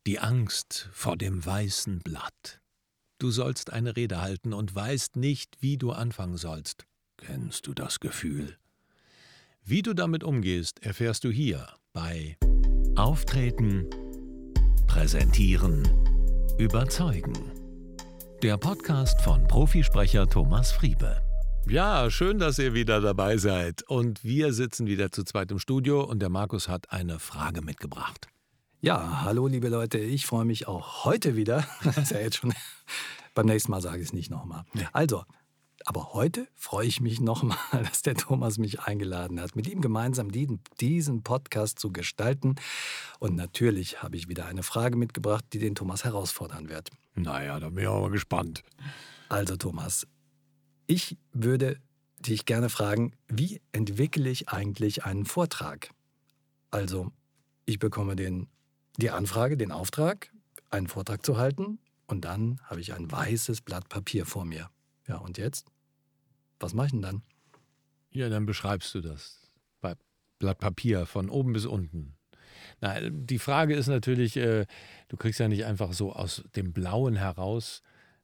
Die Angst vor dem weißen Blatt. Du sollst eine Rede halten und weißt nicht, wie du anfangen sollst. Kennst du das Gefühl? Wie du damit umgehst, erfährst du hier bei Auftreten, Präsentieren, Überzeugen. Der Podcast von Profisprecher Thomas Friebe. Ja, schön, dass ihr wieder dabei seid. Und wir sitzen wieder zu zweit im Studio und der Markus hat eine Frage mitgebracht. Ja, hallo liebe Leute, ich freue mich auch heute wieder. Das ist ja jetzt schon, beim nächsten Mal sage ich es nicht nochmal. Ja. Also, aber heute freue ich mich nochmal, dass der Thomas mich eingeladen hat, mit ihm gemeinsam diesen Podcast zu gestalten. Und natürlich habe ich wieder eine Frage mitgebracht, die den Thomas herausfordern wird. Naja, da bin ich auch mal gespannt. Also Thomas, ich würde dich gerne fragen, wie entwickle ich eigentlich einen Vortrag? Also, ich bekomme die Anfrage, den Auftrag, einen Vortrag zu halten und dann habe ich ein weißes Blatt Papier vor mir. Ja, und jetzt? Was mache ich denn dann? Ja, dann beschreibst du das. Bei Blatt Papier von oben bis unten. Na, die Frage ist natürlich, du kriegst ja nicht einfach so aus dem Blauen heraus,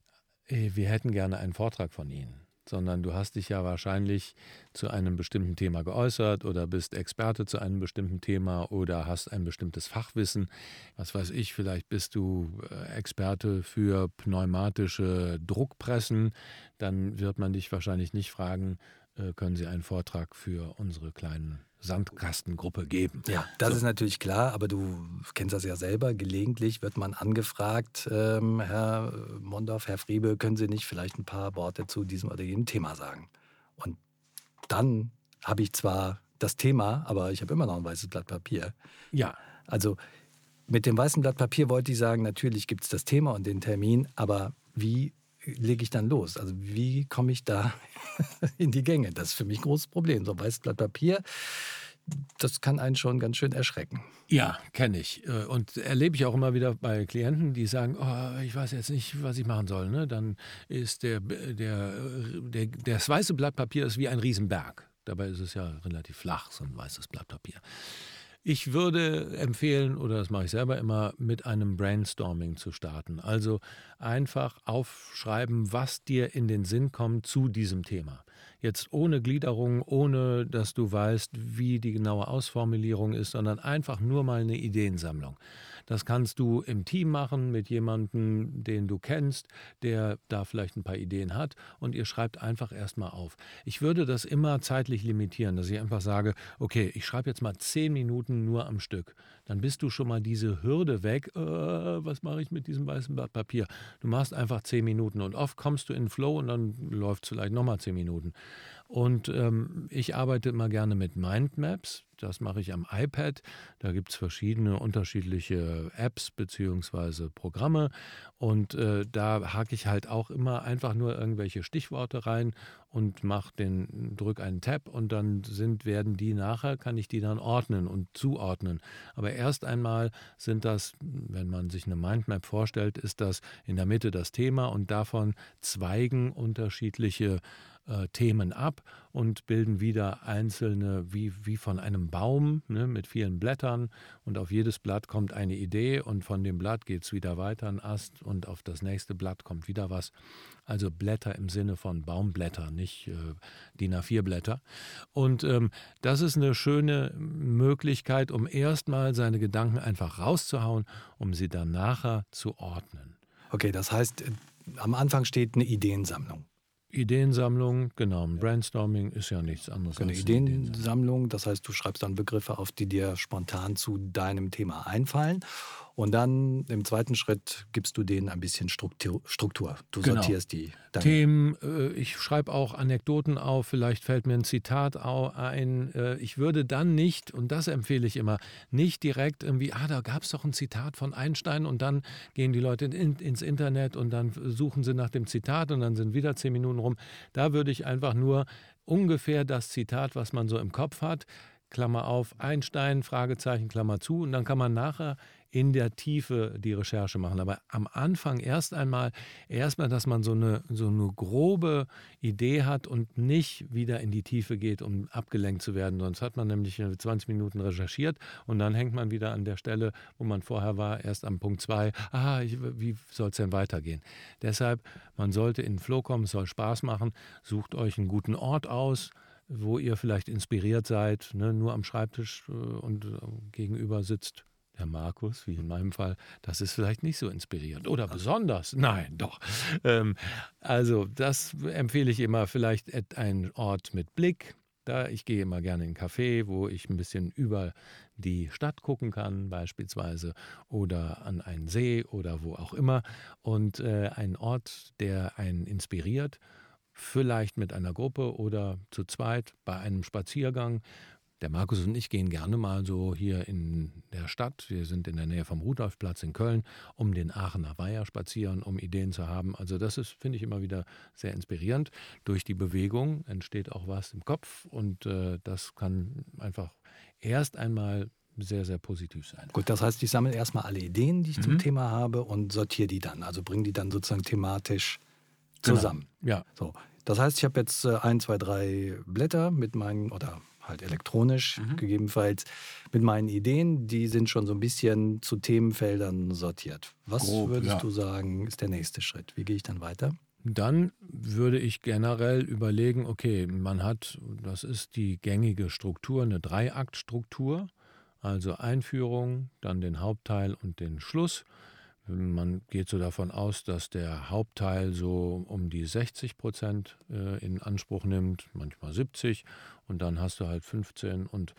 wir hätten gerne einen Vortrag von Ihnen, sondern du hast dich ja wahrscheinlich zu einem bestimmten Thema geäußert oder bist Experte zu einem bestimmten Thema oder hast ein bestimmtes Fachwissen. Was weiß ich, vielleicht bist du Experte für pneumatische Druckpressen. Dann wird man dich wahrscheinlich nicht fragen, können Sie einen Vortrag für unsere kleinen Sandkastengruppe geben? Ja, das ist natürlich klar, aber du kennst das ja selber. Gelegentlich wird man angefragt, Herr Mondorf, Herr Friebe, können Sie nicht vielleicht ein paar Worte zu diesem oder jenem Thema sagen? Und dann habe ich zwar das Thema, aber ich habe immer noch ein weißes Blatt Papier. Ja. Also mit dem weißen Blatt Papier wollte ich sagen, natürlich gibt es das Thema und den Termin, aber wie lege ich dann los? Also wie komme ich da in die Gänge? Das ist für mich ein großes Problem. So ein weißes Blatt Papier, das kann einen schon ganz schön erschrecken. Ja, kenne ich. Und erlebe ich auch immer wieder bei Klienten, die sagen, oh, ich weiß jetzt nicht, was ich machen soll. Ne? Dann ist das weiße Blatt Papier ist wie ein Riesenberg. Dabei ist es ja relativ flach, so ein weißes Blatt Papier. Ich würde empfehlen, oder das mache ich selber immer, mit einem Brainstorming zu starten. Also einfach aufschreiben, was dir in den Sinn kommt zu diesem Thema. Jetzt ohne Gliederung, ohne dass du weißt, wie die genaue Ausformulierung ist, sondern einfach nur mal eine Ideensammlung. Das kannst du im Team machen mit jemandem, den du kennst, der da vielleicht ein paar Ideen hat und ihr schreibt einfach erstmal auf. Ich würde das immer zeitlich limitieren, dass ich einfach sage, okay, ich schreibe jetzt mal 10 Minuten nur am Stück. Dann bist du schon mal diese Hürde weg, was mache ich mit diesem weißen Blatt Papier? Du machst einfach 10 Minuten und oft kommst du in den Flow und dann läuft es vielleicht nochmal 10 Minuten. Und ich arbeite immer gerne mit Mindmaps. Das mache ich am iPad. Da gibt es verschiedene unterschiedliche Apps bzw. Programme. Und da hake ich halt auch immer einfach nur irgendwelche Stichworte rein und drück einen Tab und dann kann ich die dann ordnen und zuordnen. Aber erst einmal sind das, wenn man sich eine Mindmap vorstellt, ist das in der Mitte das Thema und davon zweigen unterschiedliche Themen ab und bilden wieder einzelne, wie von einem Baum, ne, mit vielen Blättern und auf jedes Blatt kommt eine Idee und von dem Blatt geht es wieder weiter, ein Ast und auf das nächste Blatt kommt wieder was. Also Blätter im Sinne von Baumblätter, nicht DIN A4 Blätter. Und das ist eine schöne Möglichkeit, um erstmal seine Gedanken einfach rauszuhauen, um sie dann nachher zu ordnen. Okay, das heißt, am Anfang steht eine Ideensammlung. Ideensammlung, genau. Brainstorming ist ja nichts anderes. Eine Ideensammlung, das heißt, du schreibst dann Begriffe auf, die dir spontan zu deinem Thema einfallen. Und dann im zweiten Schritt gibst du denen ein bisschen Struktur. Du sortierst die. Themen, ich schreibe auch Anekdoten auf, vielleicht fällt mir ein Zitat ein. Ich würde dann nicht, und das empfehle ich immer, nicht direkt irgendwie, da gab es doch ein Zitat von Einstein und dann gehen die Leute ins Internet und dann suchen sie nach dem Zitat und dann sind wieder 10 Minuten rum. Da würde ich einfach nur ungefähr das Zitat, was man so im Kopf hat, Klammer auf, Einstein, Fragezeichen, Klammer zu. Und dann kann man nachher in der Tiefe die Recherche machen. Aber am Anfang erstmal, dass man so eine grobe Idee hat und nicht wieder in die Tiefe geht, um abgelenkt zu werden. Sonst hat man nämlich 20 Minuten recherchiert und dann hängt man wieder an der Stelle, wo man vorher war, erst am Punkt 2. Wie soll es denn weitergehen? Deshalb, man sollte in den Flow kommen, es soll Spaß machen. Sucht euch einen guten Ort aus, wo ihr vielleicht inspiriert seid, ne? Nur am Schreibtisch und gegenüber sitzt der Markus, wie in meinem Fall. Das ist vielleicht nicht so inspirierend oder besonders. Nein, doch. Also das empfehle ich immer, vielleicht ein Ort mit Blick. Ich gehe immer gerne in einen Café, wo ich ein bisschen über die Stadt gucken kann beispielsweise oder an einen See oder wo auch immer. Und ein Ort, der einen inspiriert, vielleicht mit einer Gruppe oder zu zweit bei einem Spaziergang. Der Markus und ich gehen gerne mal so hier in der Stadt. Wir sind in der Nähe vom Rudolfplatz in Köln, um den Aachener Weiher spazieren, um Ideen zu haben. Also das ist, finde ich, immer wieder sehr inspirierend. Durch die Bewegung entsteht auch was im Kopf und das kann einfach erst einmal sehr, sehr positiv sein. Gut, das heißt, ich sammle erstmal alle Ideen, die ich zum Thema habe und sortiere die dann. Also bringe die dann sozusagen thematisch zusammen. Genau. Ja. So, das heißt, ich habe jetzt 1, 2, 3 Blätter mit meinen, oder halt elektronisch gegebenenfalls, mit meinen Ideen, die sind schon so ein bisschen zu Themenfeldern sortiert. Was würdest du sagen, ist der nächste Schritt? Wie gehe ich dann weiter? Dann würde ich generell überlegen, okay, man hat, das ist die gängige Struktur, eine Dreiaktstruktur, also Einführung, dann den Hauptteil und den Schluss. Man geht so davon aus, dass der Hauptteil so um die 60% in Anspruch nimmt, manchmal 70, und dann hast du halt 15 und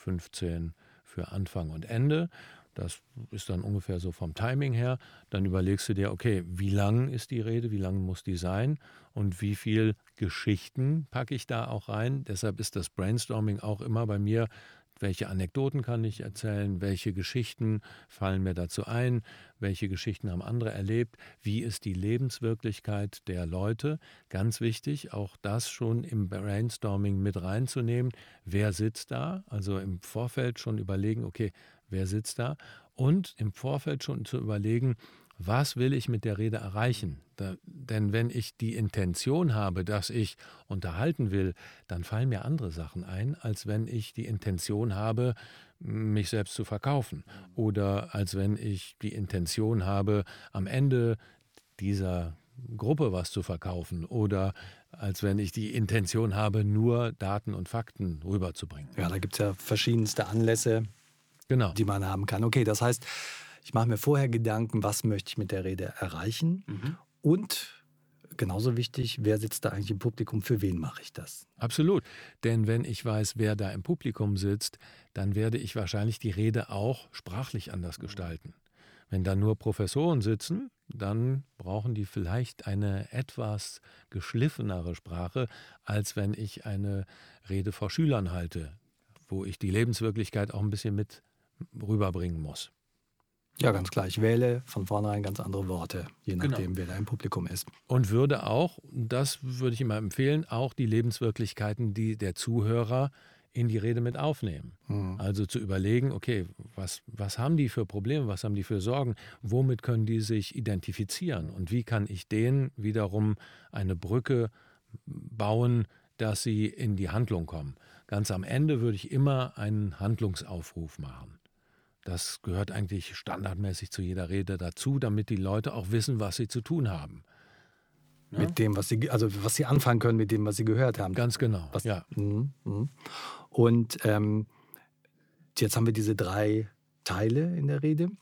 15 für Anfang und Ende. Das ist dann ungefähr so vom Timing her. Dann überlegst du dir, okay, wie lang ist die Rede, wie lang muss die sein und wie viel Geschichten packe ich da auch rein. Deshalb ist das Brainstorming auch immer bei mir, welche Anekdoten kann ich erzählen, welche Geschichten fallen mir dazu ein, welche Geschichten haben andere erlebt, wie ist die Lebenswirklichkeit der Leute. Ganz wichtig, auch das schon im Brainstorming mit reinzunehmen. Wer sitzt da? Also im Vorfeld schon überlegen, okay, wer sitzt da? Und im Vorfeld schon zu überlegen, was will ich mit der Rede erreichen? Denn wenn ich die Intention habe, dass ich unterhalten will, dann fallen mir andere Sachen ein, als wenn ich die Intention habe, mich selbst zu verkaufen. Oder als wenn ich die Intention habe, am Ende dieser Gruppe was zu verkaufen. Oder als wenn ich die Intention habe, nur Daten und Fakten rüberzubringen. Ja, da gibt es ja verschiedenste Anlässe, genau, die man haben kann. Okay, das heißt, ich mache mir vorher Gedanken, was möchte ich mit der Rede erreichen und genauso wichtig, wer sitzt da eigentlich im Publikum, für wen mache ich das? Absolut, denn wenn ich weiß, wer da im Publikum sitzt, dann werde ich wahrscheinlich die Rede auch sprachlich anders gestalten. Wenn da nur Professoren sitzen, dann brauchen die vielleicht eine etwas geschliffenere Sprache, als wenn ich eine Rede vor Schülern halte, wo ich die Lebenswirklichkeit auch ein bisschen mit rüberbringen muss. Ja, ganz klar. Ich wähle von vornherein ganz andere Worte, je nachdem, wer da im Publikum ist. Und würde auch, das würde ich immer empfehlen, auch die Lebenswirklichkeiten der Zuhörer in die Rede mit aufnehmen. Also zu überlegen, okay, was haben die für Probleme, was haben die für Sorgen, womit können die sich identifizieren und wie kann ich denen wiederum eine Brücke bauen, dass sie in die Handlung kommen. Ganz am Ende würde ich immer einen Handlungsaufruf machen. Das gehört eigentlich standardmäßig zu jeder Rede dazu, damit die Leute auch wissen, was sie zu tun haben. Ja? Mit dem, was sie anfangen können mit dem, was sie gehört haben. Ganz genau, ja. Und jetzt haben wir diese 3 Teile in der Rede.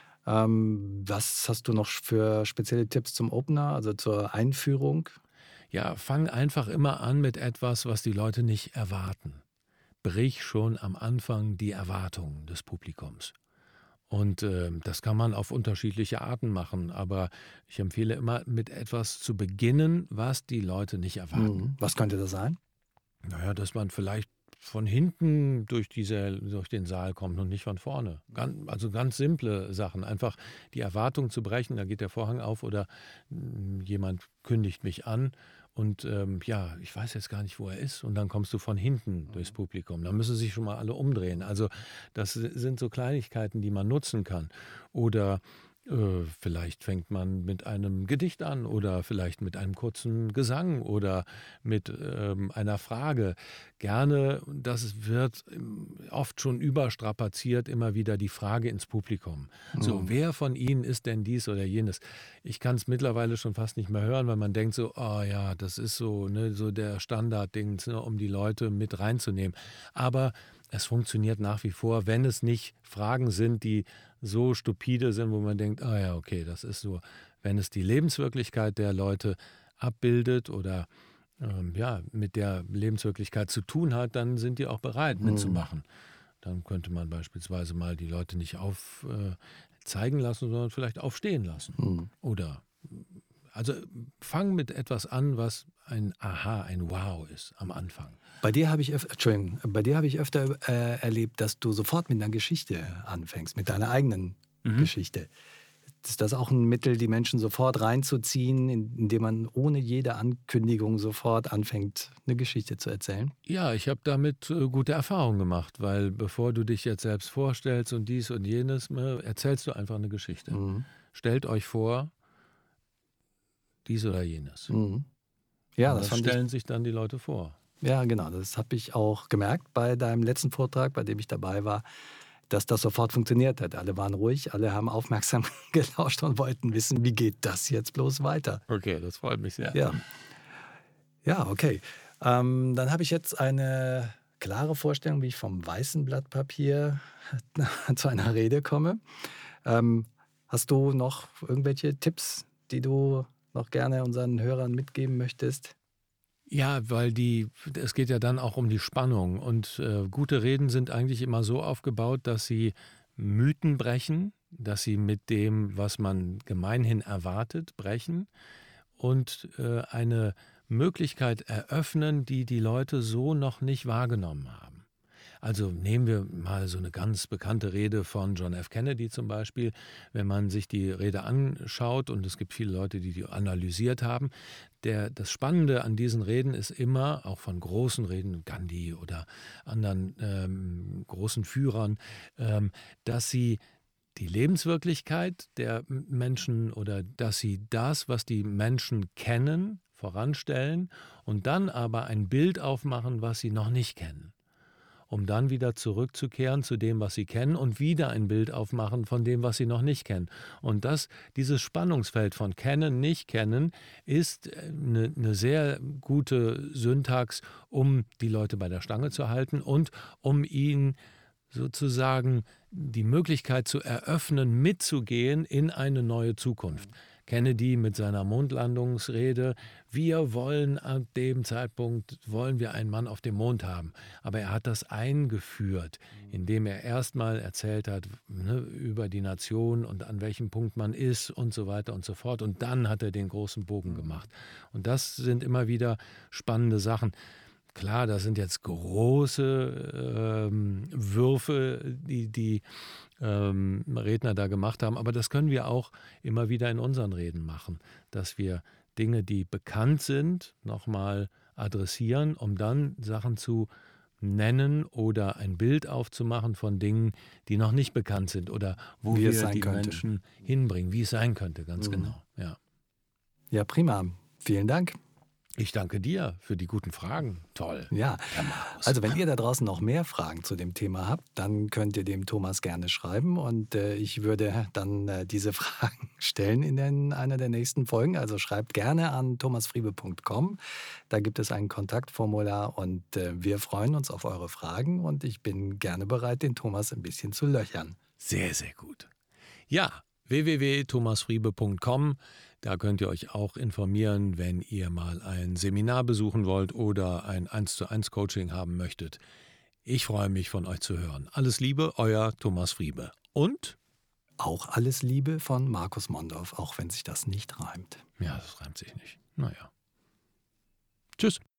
Was hast du noch für spezielle Tipps zum Opener, also zur Einführung? Ja, fang einfach immer an mit etwas, was die Leute nicht erwarten. Brich schon am Anfang die Erwartungen des Publikums. Und das kann man auf unterschiedliche Arten machen, aber ich empfehle immer, mit etwas zu beginnen, was die Leute nicht erwarten. Was könnte das sein? Naja, dass man vielleicht von hinten durch den Saal kommt und nicht von vorne. Also ganz simple Sachen. Einfach die Erwartung zu brechen, da geht der Vorhang auf oder jemand kündigt mich an Und ja, ich weiß jetzt gar nicht, wo er ist. Und dann kommst du von hinten durchs Publikum. Da müssen sich schon mal alle umdrehen. Also das sind so Kleinigkeiten, die man nutzen kann. Oder vielleicht fängt man mit einem Gedicht an oder vielleicht mit einem kurzen Gesang oder mit einer Frage. Gerne, das wird oft schon überstrapaziert, immer wieder die Frage ins Publikum. So, wer von Ihnen ist denn dies oder jenes? Ich kann es mittlerweile schon fast nicht mehr hören, weil man denkt so, oh ja, das ist so, ne, so der Standardding, ne, um die Leute mit reinzunehmen. Aber es funktioniert nach wie vor, wenn es nicht Fragen sind, die so stupide sind, wo man denkt, ah ja, okay, das ist so. Wenn es die Lebenswirklichkeit der Leute abbildet oder ja, mit der Lebenswirklichkeit zu tun hat, dann sind die auch bereit mitzumachen. Dann könnte man beispielsweise mal die Leute nicht zeigen lassen, sondern vielleicht aufstehen lassen. Oder also fang mit etwas an, was ein Aha, ein Wow ist am Anfang. Bei dir habe ich öfter erlebt, dass du sofort mit einer Geschichte anfängst, mit deiner eigenen Geschichte. Ist das auch ein Mittel, die Menschen sofort reinzuziehen, indem man ohne jede Ankündigung sofort anfängt, eine Geschichte zu erzählen? Ja, ich habe damit gute Erfahrungen gemacht, weil bevor du dich jetzt selbst vorstellst und dies und jenes, erzählst du einfach eine Geschichte. Stellt euch vor, dies oder jenes. Ja, das stellen sich dann die Leute vor. Ja, genau. Das habe ich auch gemerkt bei deinem letzten Vortrag, bei dem ich dabei war, dass das sofort funktioniert hat. Alle waren ruhig, alle haben aufmerksam gelauscht und wollten wissen, wie geht das jetzt bloß weiter. Okay, das freut mich sehr. Ja, okay. Dann habe ich jetzt eine klare Vorstellung, wie ich vom weißen Blatt Papier zu einer Rede komme. Hast du noch irgendwelche Tipps, die du noch gerne unseren Hörern mitgeben möchtest? Ja, weil es geht ja dann auch um die Spannung. Und gute Reden sind eigentlich immer so aufgebaut, dass sie Mythen brechen, dass sie mit dem, was man gemeinhin erwartet, brechen und eine Möglichkeit eröffnen, die die Leute so noch nicht wahrgenommen haben. Also nehmen wir mal so eine ganz bekannte Rede von John F. Kennedy zum Beispiel. Wenn man sich die Rede anschaut, und es gibt viele Leute, die analysiert haben, das Spannende an diesen Reden ist immer, auch von großen Reden, Gandhi oder anderen großen Führern, dass sie die Lebenswirklichkeit der Menschen oder dass sie das, was die Menschen kennen, voranstellen und dann aber ein Bild aufmachen, was sie noch nicht kennen, um dann wieder zurückzukehren zu dem, was sie kennen und wieder ein Bild aufmachen von dem, was sie noch nicht kennen. Und dieses Spannungsfeld von Kennen, Nicht-Kennen ist eine sehr gute Syntax, um die Leute bei der Stange zu halten und um ihnen sozusagen die Möglichkeit zu eröffnen, mitzugehen in eine neue Zukunft. Kennedy mit seiner Mondlandungsrede, wir wollen ab dem Zeitpunkt, wollen wir einen Mann auf dem Mond haben. Aber er hat das eingeführt, indem er erstmal erzählt hat, ne, über die Nation und an welchem Punkt man ist und so weiter und so fort. Und dann hat er den großen Bogen gemacht. Und das sind immer wieder spannende Sachen. Klar, das sind jetzt große Würfe, die Redner da gemacht haben, aber das können wir auch immer wieder in unseren Reden machen, dass wir Dinge, die bekannt sind, nochmal adressieren, um dann Sachen zu nennen oder ein Bild aufzumachen von Dingen, die noch nicht bekannt sind oder wo wir die Menschen hinbringen, wie es sein könnte, ganz genau. Ja, prima. Vielen Dank. Ich danke dir für die guten Fragen. Toll. Ja, also wenn ihr da draußen noch mehr Fragen zu dem Thema habt, dann könnt ihr dem Thomas gerne schreiben und ich würde dann diese Fragen stellen in einer der nächsten Folgen. Also schreibt gerne an thomasfriebe.com. Da gibt es ein Kontaktformular und wir freuen uns auf eure Fragen und ich bin gerne bereit, den Thomas ein bisschen zu löchern. Sehr, sehr gut. Ja, www.thomasfriebe.com. Da könnt ihr euch auch informieren, wenn ihr mal ein Seminar besuchen wollt oder ein 1:1 Coaching haben möchtet. Ich freue mich, von euch zu hören. Alles Liebe, euer Thomas Friebe. Und? Auch alles Liebe von Markus Mondorf, auch wenn sich das nicht reimt. Ja, das reimt sich nicht. Naja. Tschüss.